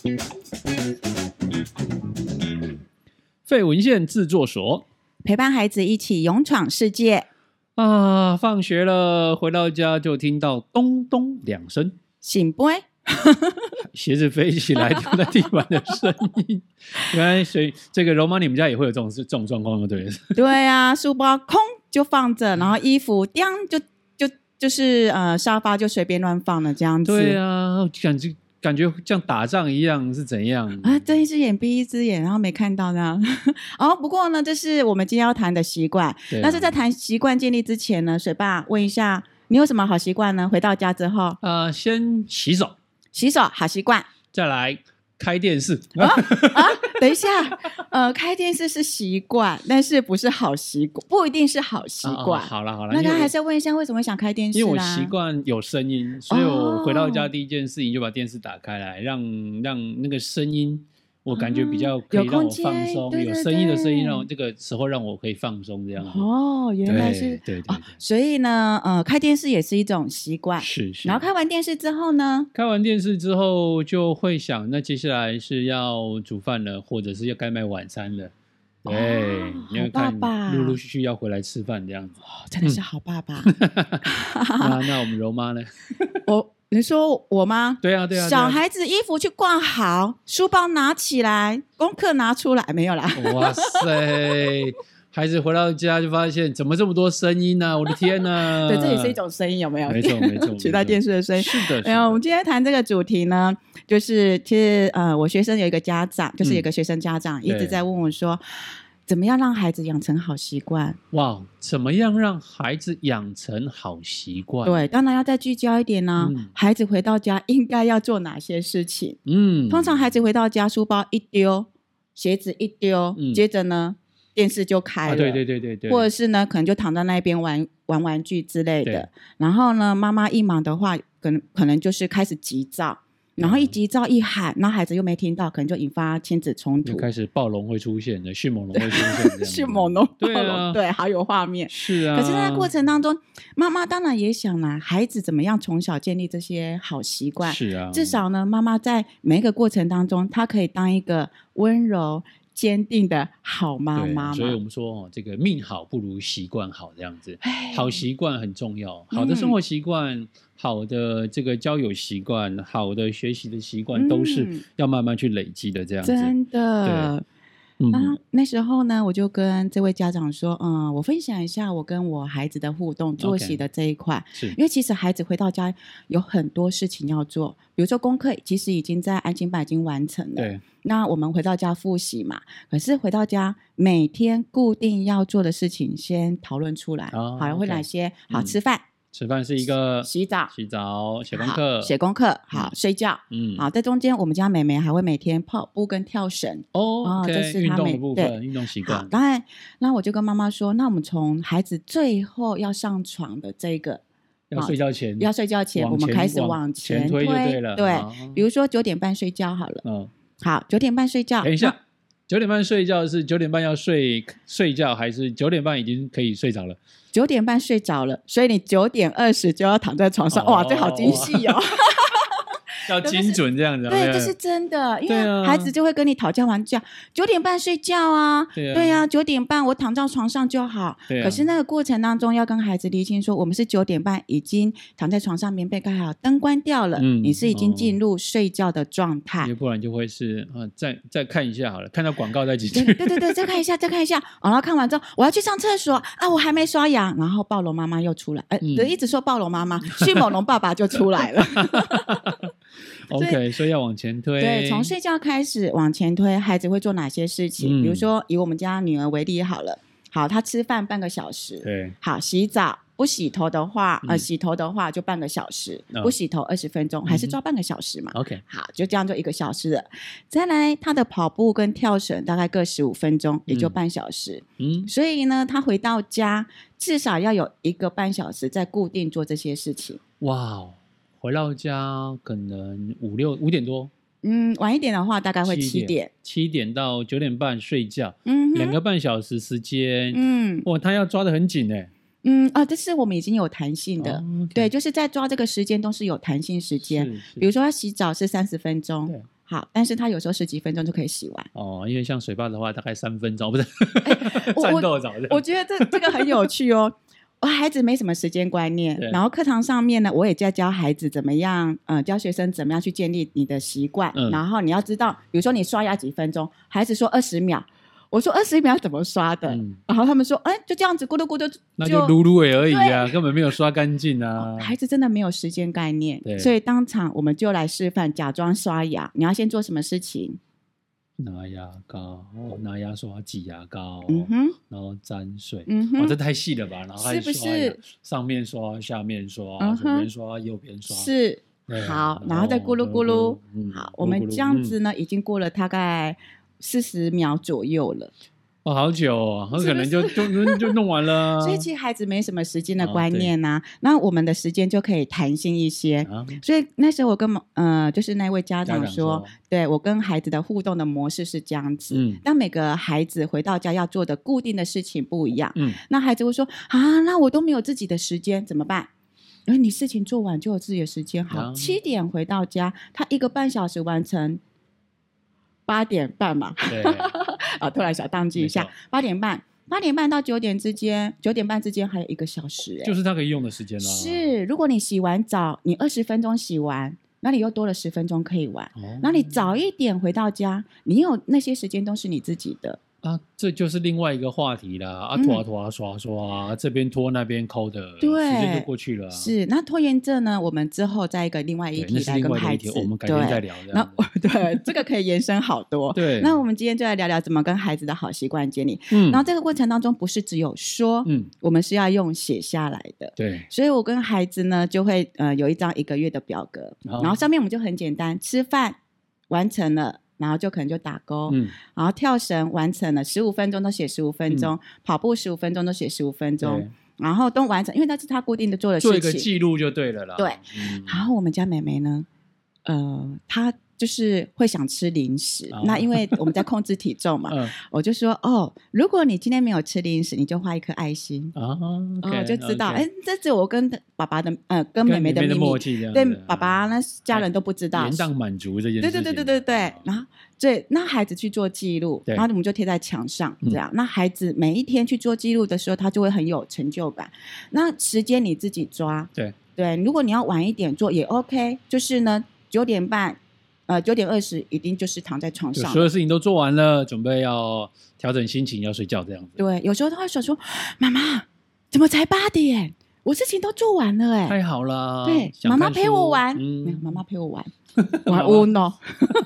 废文献制作所陪伴孩子一起勇闯世界啊！放学了，回到家就听到咚咚两声， 醒不？ 鞋子飞起来掉在地板的声音。原来所以这个柔妈你们家也会有这种状况，对不对？ 对啊，书包空就放着，然后衣服叮就是沙发就随便乱放了这样子。 对啊，感觉像打仗一样是怎样啊？睁一只眼闭一只眼，然后没看到呢。哦，不过呢，这是我们今天要谈的习惯。但是在谈习惯建立之前呢，水爸问一下，你有什么好习惯呢？回到家之后， 先洗手， 好习惯。 再来开电视。 等一下，开电视是习惯，但是不是好习惯，不一定是好习惯。 好了， 那还是要问一下，为什么想开电视啦？ 因为我习惯有声音，所以我回到家第一件事情就把电视打开来，让那个声音。我感觉比较可以让我放松，有声音的声音让这个时候让我可以放松这样子。 哦，原来是对， 所以呢，开电视也是一种习惯。 是。 然后开完电视之后呢？ 开完电视之后就会想，那接下来是要煮饭了，或者是要该买晚餐了。对，因为看陆陆续续要回来吃饭这样子。 真的是好爸爸。 那我们柔妈呢？ 你说我吗？ 对啊。 小孩子衣服去挂好，书包拿起来，功课拿出来，没有啦。 哇塞！孩子回到家就发现怎么这么多声音呢？我的天哪！ 对，这也是一种声音，有没有？ 没错， 取代电视的声音。 是的。 我们今天谈这个主题呢，就是其实我学生有一个家长，就是有一个学生家长一直在问我说，怎么样让孩子养成好习惯？ 哇，怎么样让孩子养成好习惯？ 对，当然要再聚焦一点呢。孩子回到家应该要做哪些事情？通常孩子回到家，书包一丢，鞋子一丢，接着呢，电视就开了。 对。 或者是呢，可能就躺在那边玩玩具之类的。然后呢，妈妈一忙的话，可能就是开始急躁。然后一急躁一喊，那孩子又没听到，可能就引发亲子冲突， 就开始暴龙会出现的，迅猛龙会出现的。 迅猛龙，对，好有画面。 是啊。 可是在过程当中，妈妈当然也想啦，孩子怎么样从小建立这些好习惯。 是啊。 至少呢，妈妈在每一个过程当中，她可以当一个温柔坚定的好妈妈。 所以我们说这个命好不如习惯好这样子。好习惯很重要，好的生活习惯，好的这个交友习惯，好的学习的习惯，都是要慢慢去累积的这样子。 真的。那时候呢，我就跟这位家长说，我分享一下我跟我孩子的互动作息的这一块。因为其实孩子回到家有很多事情要做，比如说功课其实已经在安亲班已经完成了。 对。 那我们回到家复习嘛，可是回到家每天固定要做的事情先讨论出来。好，会哪些？好，吃饭是一个洗澡，写功课，好，睡觉。好，在中间我们家妹妹还会每天跑步跟跳绳。这是运动的部分，运动习惯。 当然，那我就跟妈妈说，那我们从孩子最后要上床的这个要睡觉前我们开始往前推就对了。 对，比如说9点半睡觉好了。好，9点半睡觉。 等一下，9点半睡觉是9点半要睡觉，还是9点半已经可以睡着了 ？9点半睡着了，所以你9点20就要躺在床上。哇，这好精细哦。 要精准这样子。 对，这是真的，因为孩子就会跟你讨价还价。9点半睡觉啊，对啊，9点半我躺在床上就好。可是那个过程当中要跟孩子厘清说，我们是9点半已经躺在床上，棉被盖好，灯关掉了，你是已经进入睡觉的状态。 不然就会是再看一下好了，看到广告再进去。 对，再看一下。然后看完之后，我要去上厕所啊，我还没刷牙，然后暴龙妈妈又出来，一直说暴龙妈妈，迅猛龙爸爸就出来了。 OK， 所以要往前推。 对，从睡觉开始往前推，孩子会做哪些事情？比如说以我们家女儿为例好了，好，她吃饭半个小时。 对。 好，洗澡不洗头的话，洗头的话就半个小时，不洗头20分钟，还是抓半个小时嘛。 OK， 好，就这样就1个小时了。再来，她的跑步跟跳绳大概各15分钟，也就半小时。所以呢，她回到家至少要有1个半小时在固定做这些事情。 哇，回到家可能5点多。 晚一点的话大概会7 点到9点半睡觉，2个半小时时间。哇，他要抓得很紧耶。 这是我们已经有弹性的。对，就是在抓这个时间都是有弹性时间。比如说他洗澡是30分钟， 好，但是他有时候10几分钟就可以洗完。 因为像水坝的话大概3分钟，不是战斗澡的。 我觉得这个很有趣哦。我孩子没什么时间观念，然后课堂上面呢，我也在教孩子怎么样，教学生怎么样去建立你的习惯。然后你要知道，比如说你刷牙几分钟，孩子说20秒，我说20秒怎么刷的？然后他们说，就这样子咕噜咕噜， 那就噜噜而已啊，根本没有刷干净啊。 孩子真的没有时间概念，所以当场我们就来示范，假装刷牙。你要先做什么事情？ 拿牙膏，拿牙刷挤牙膏，然后沾水，这太细了吧？然后还刷牙，是不是上面刷，下面刷，左边刷，右边刷， 是好，然后再咕噜咕噜。好，我们这样子呢，已经过了大概40秒左右了。 好久哦，很可能就弄完了。 所以其实孩子没什么时间的观念啊，那我们的时间就可以弹性一些。所以那时候我跟就是那位家长说，对，我跟孩子的互动的模式是这样子。但每个孩子回到家要做的固定的事情不一样。那孩子会说那我都没有自己的时间怎么办？因为你事情做完就有自己的时间。好，7点回到家，他1个半小时完成8点半嘛。 对突然小当记一下，8点半到9点之间，9点半之间还有1个小时， 就是他可以用的时间了。 是，如果你洗完澡，你20分钟洗完，那你又多了10分钟可以玩。那你早一点回到家，你有那些时间都是你自己的。 这就是另外一个话题啦。拖刷刷，这边拖那边抠的， 对， 时间就过去了。是， 那拖延症呢？我们之后再一个另外一题来跟孩子， 我们改天再聊。 对，这个可以延伸好多。 对， 那我们今天就来聊聊怎么跟孩子的好习惯建立。然后这个过程当中不是只有说，我们是要用写下来的。 对， 所以我跟孩子呢就会有一张1个月的表格，然后上面我们就很简单，吃饭完成了。然后就可能就打勾，然后跳绳完成了15分钟都写15分钟，跑步15分钟都写15分钟，然后都完成，因为那是他固定的做的事情， 做一个记录就对了啦。 对，然后我们家妹妹呢，她就是会想吃零食，那因为我们在控制体重嘛，我就说如果你今天没有吃零食，你就画1颗爱心，就知道，这只有我跟爸爸的跟妹妹的秘密，对爸爸那家人都不知道， 延宕满足这件事情。 对，然后对，那孩子去做记录，然后我们就贴在墙上，这样，那孩子每一天去做记录的时候，他就会很有成就感。那时间你自己抓，对，如果你要晚一点做也 OK， 就是呢9点半。9点20一定就是躺在床上， 所有事情都做完了，准备要调整心情，要睡觉这样子。 对，有时候他会想说：“妈妈，怎么才8点？我事情都做完了太好了。” 对，妈妈陪我玩，妈妈陪我玩Uno。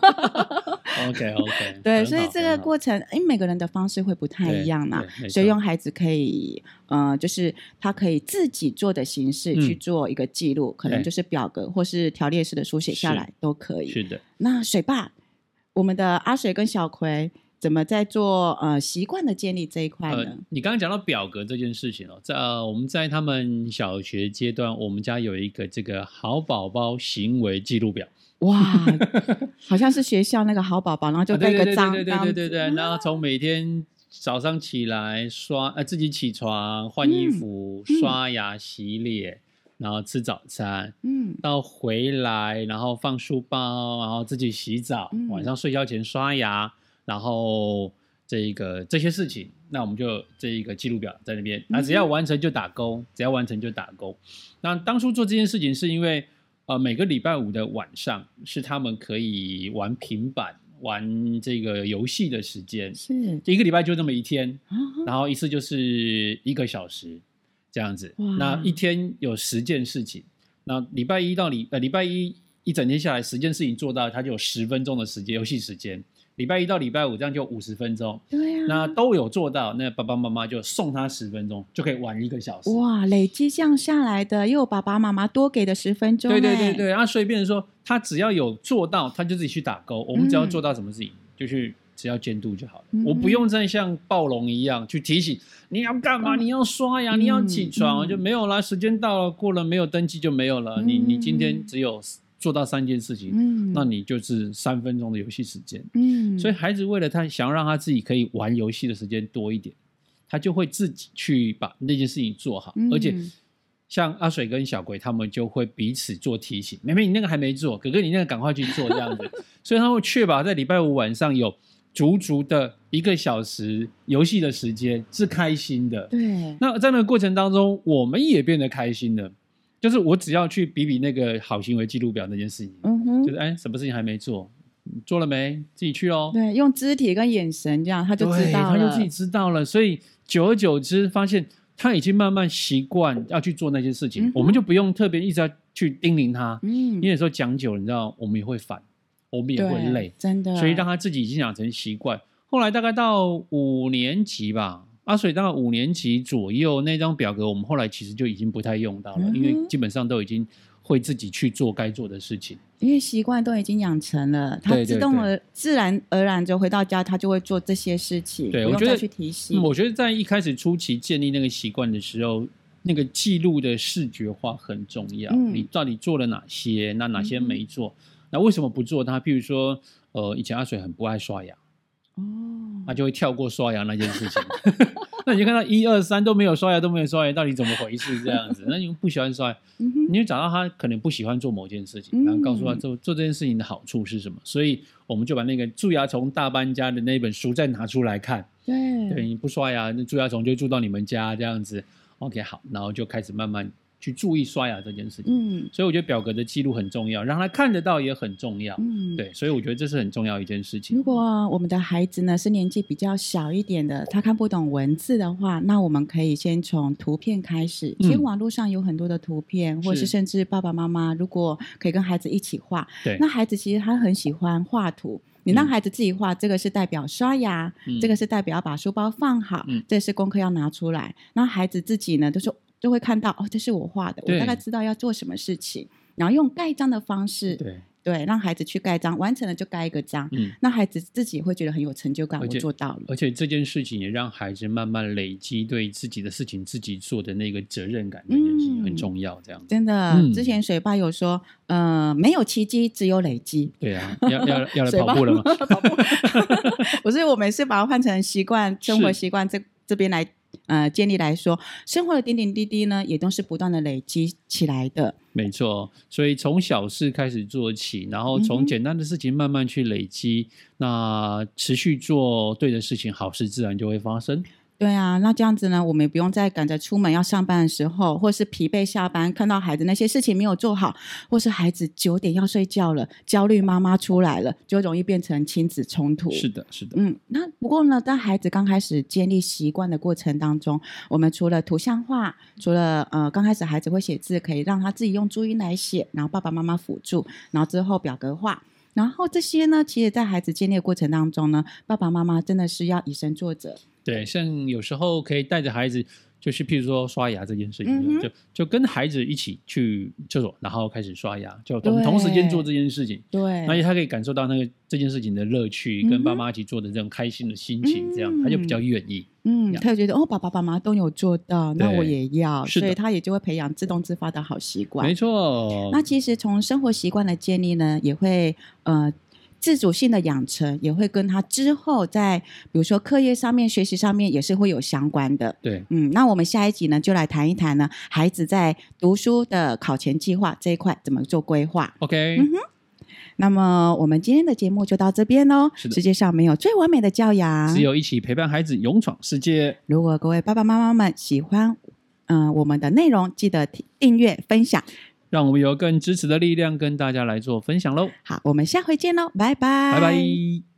OK， 对，所以这个过程，每个人的方式会不太一样嘛，所以用孩子可以，就是他可以自己做的形式去做一个记录，可能就是表格或是条列式的书写下来都可以。 是的。 那水爸，我们的阿水跟小葵怎么在做习惯的建立这一块呢？ 你刚刚讲到表格这件事情我们在他们小学阶段，我们家有一个这个好宝宝行为记录表。 哇，好像是学校那个好宝宝，然后就盖个章， 对，然后从每天早上起来自己起床换衣服、刷牙洗脸，然后吃早餐，到回来然后放书包，然后自己洗澡，晚上睡觉前刷牙，然后这些事情，那我们就这一个记录表在那边，只要完成就打勾，那当初做这件事情是因为每个礼拜5的晚上是他们可以玩平板玩这个游戏的时间， 是一个礼拜就这么一天，然后一次就是1个小时这样子。那一天有10件事情，那礼拜一到礼拜一一整天下来10件事情做到，他就有10分钟的时间游戏时间。礼拜一到礼拜5这样就50分钟， 对啊， 那都有做到，那爸爸妈妈就送他10分钟，就可以玩1个小时。 哇，累积这样下来的，又有爸爸妈妈多给的10分钟。 对，所以变成说，他只要有做到，他就自己去打勾。我们只要做到什么事情，就是只要监督就好了。我不用再像暴龙一样去提醒你要干嘛，你要刷牙，你要起床，就没有了。时间到了，过了没有登记就没有了。你今天只有做到3件事情，那你就是3分钟的游戏时间。所以孩子为了他想要让他自己可以玩游戏的时间多一点，他就会自己去把那件事情做好，而且像阿水跟小鬼他们就会彼此做提醒，妹妹你那个还没做，哥哥你那个赶快去做这样子所以他会确保在礼拜五晚上有足足的1个小时游戏的时间是开心的。 对， 那在那个过程当中我们也变得开心了，就是我只要去比那个好行为记录表那件事情，就是什么事情还没做，做了没自己去咯。 对，用肢体跟眼神这样他就知道了， 他就自己知道了，所以久而久之发现他已经慢慢习惯要去做那些事情，我们就不用特别一直要去叮咛他，因为有时候讲久了你知道我们也会烦，我们也会累， 真的， 所以让他自己已经养成习惯。后来大概到5年级吧，阿水大概5年级左右那张表格我们后来其实就已经不太用到了，因为基本上都已经会自己去做该做的事情， 因为习惯都已经养成了，他自然而然就回到家他就会做这些事情， 对， 不用再去提醒。 我觉得在一开始初期建立那个习惯的时候，那个记录的视觉化很重要，你到底做了哪些，那哪些没做，那为什么不做它？譬如说以前阿水很不爱刷牙，他就会跳过刷牙那件事情那你就看到1、2、3都没有刷牙，到底怎么回事这样子那你不喜欢刷牙，你就找到他可能不喜欢做某件事情，然后告诉他做这件事情的好处是什么，所以我们就把那个蛀牙虫大搬家的那本书再拿出来看，对，你不刷牙那蛀牙虫就住到你们家这样子 OK 好，然后就开始慢慢去注意刷牙这件事情，所以我觉得表格的记录很重要，让他看得到也很重要，对，所以我觉得这是很重要一件事情。 如果我们的孩子呢是年纪比较小一点的，他看不懂文字的话，那我们可以先从图片开始，其实网络上有很多的图片，或是甚至爸爸妈妈如果可以跟孩子一起画，对，那孩子其实他很喜欢画图，你让孩子自己画，这个是代表刷牙，这个是代表把书包放好，这是功课要拿出来，那孩子自己呢就会看到这是我画的，我大概知道要做什么事情，然后用盖章的方式，对，让孩子去盖章，完成了就盖一个章，那孩子自己会觉得很有成就感，我做到了。 而且这件事情也让孩子慢慢累积对自己的事情自己做的那个责任感，这件事情很重要。这样真的，之前水爸有说，没有奇迹，只有累积。 对啊，要来跑步了吗？ 跑步，不是，我每次把它换成习惯，生活习惯这边来。建立来说，生活的点点滴滴呢，也都是不断的累积起来的。 没错，所以从小事开始做起，然后从简单的事情慢慢去累积，那持续做对的事情，好事自然就会发生。 对啊，那这样子呢，我们也不用再赶着出门要上班的时候，或是疲惫下班看到孩子那些事情没有做好，或是孩子9点要睡觉了，焦虑妈妈出来了，就容易变成亲子冲突。 是的，是的。 那不过呢，当孩子刚开始建立习惯的过程当中，我们除了图像化，除了刚开始孩子会写字，可以让他自己用注音来写，然后爸爸妈妈辅助，然后之后表格化。然后这些呢，其实在孩子建立的过程当中呢，爸爸妈妈真的是要以身作则。 对，像有时候可以带着孩子，就是譬如说刷牙这件事情，就跟孩子一起去厕所，然后开始刷牙，就同时间做这件事情。 对， 而且他可以感受到这件事情的乐趣，跟爸妈一起做的这种开心的心情，这样他就比较愿意。 他就觉得爸爸妈妈都有做到，那我也要，所以他也就会培养自动自发的好习惯。 没错。 那其实从生活习惯的建立呢，也会自主性的养成，也会跟他之后在比如说课业上面、学习上面也是会有相关的。 对， 那我们下一集呢，就来谈一谈呢，孩子在读书的考前计划这一块怎么做规划。 OK。 那么我们今天的节目就到这边咯。世界上没有最完美的教养， 只有一起陪伴孩子勇闯世界。 如果各位爸爸妈妈们喜欢我们的内容，记得订阅分享， 让我们有更支持的力量跟大家来做分享咯。 好，我们下回见咯，拜拜， 拜拜。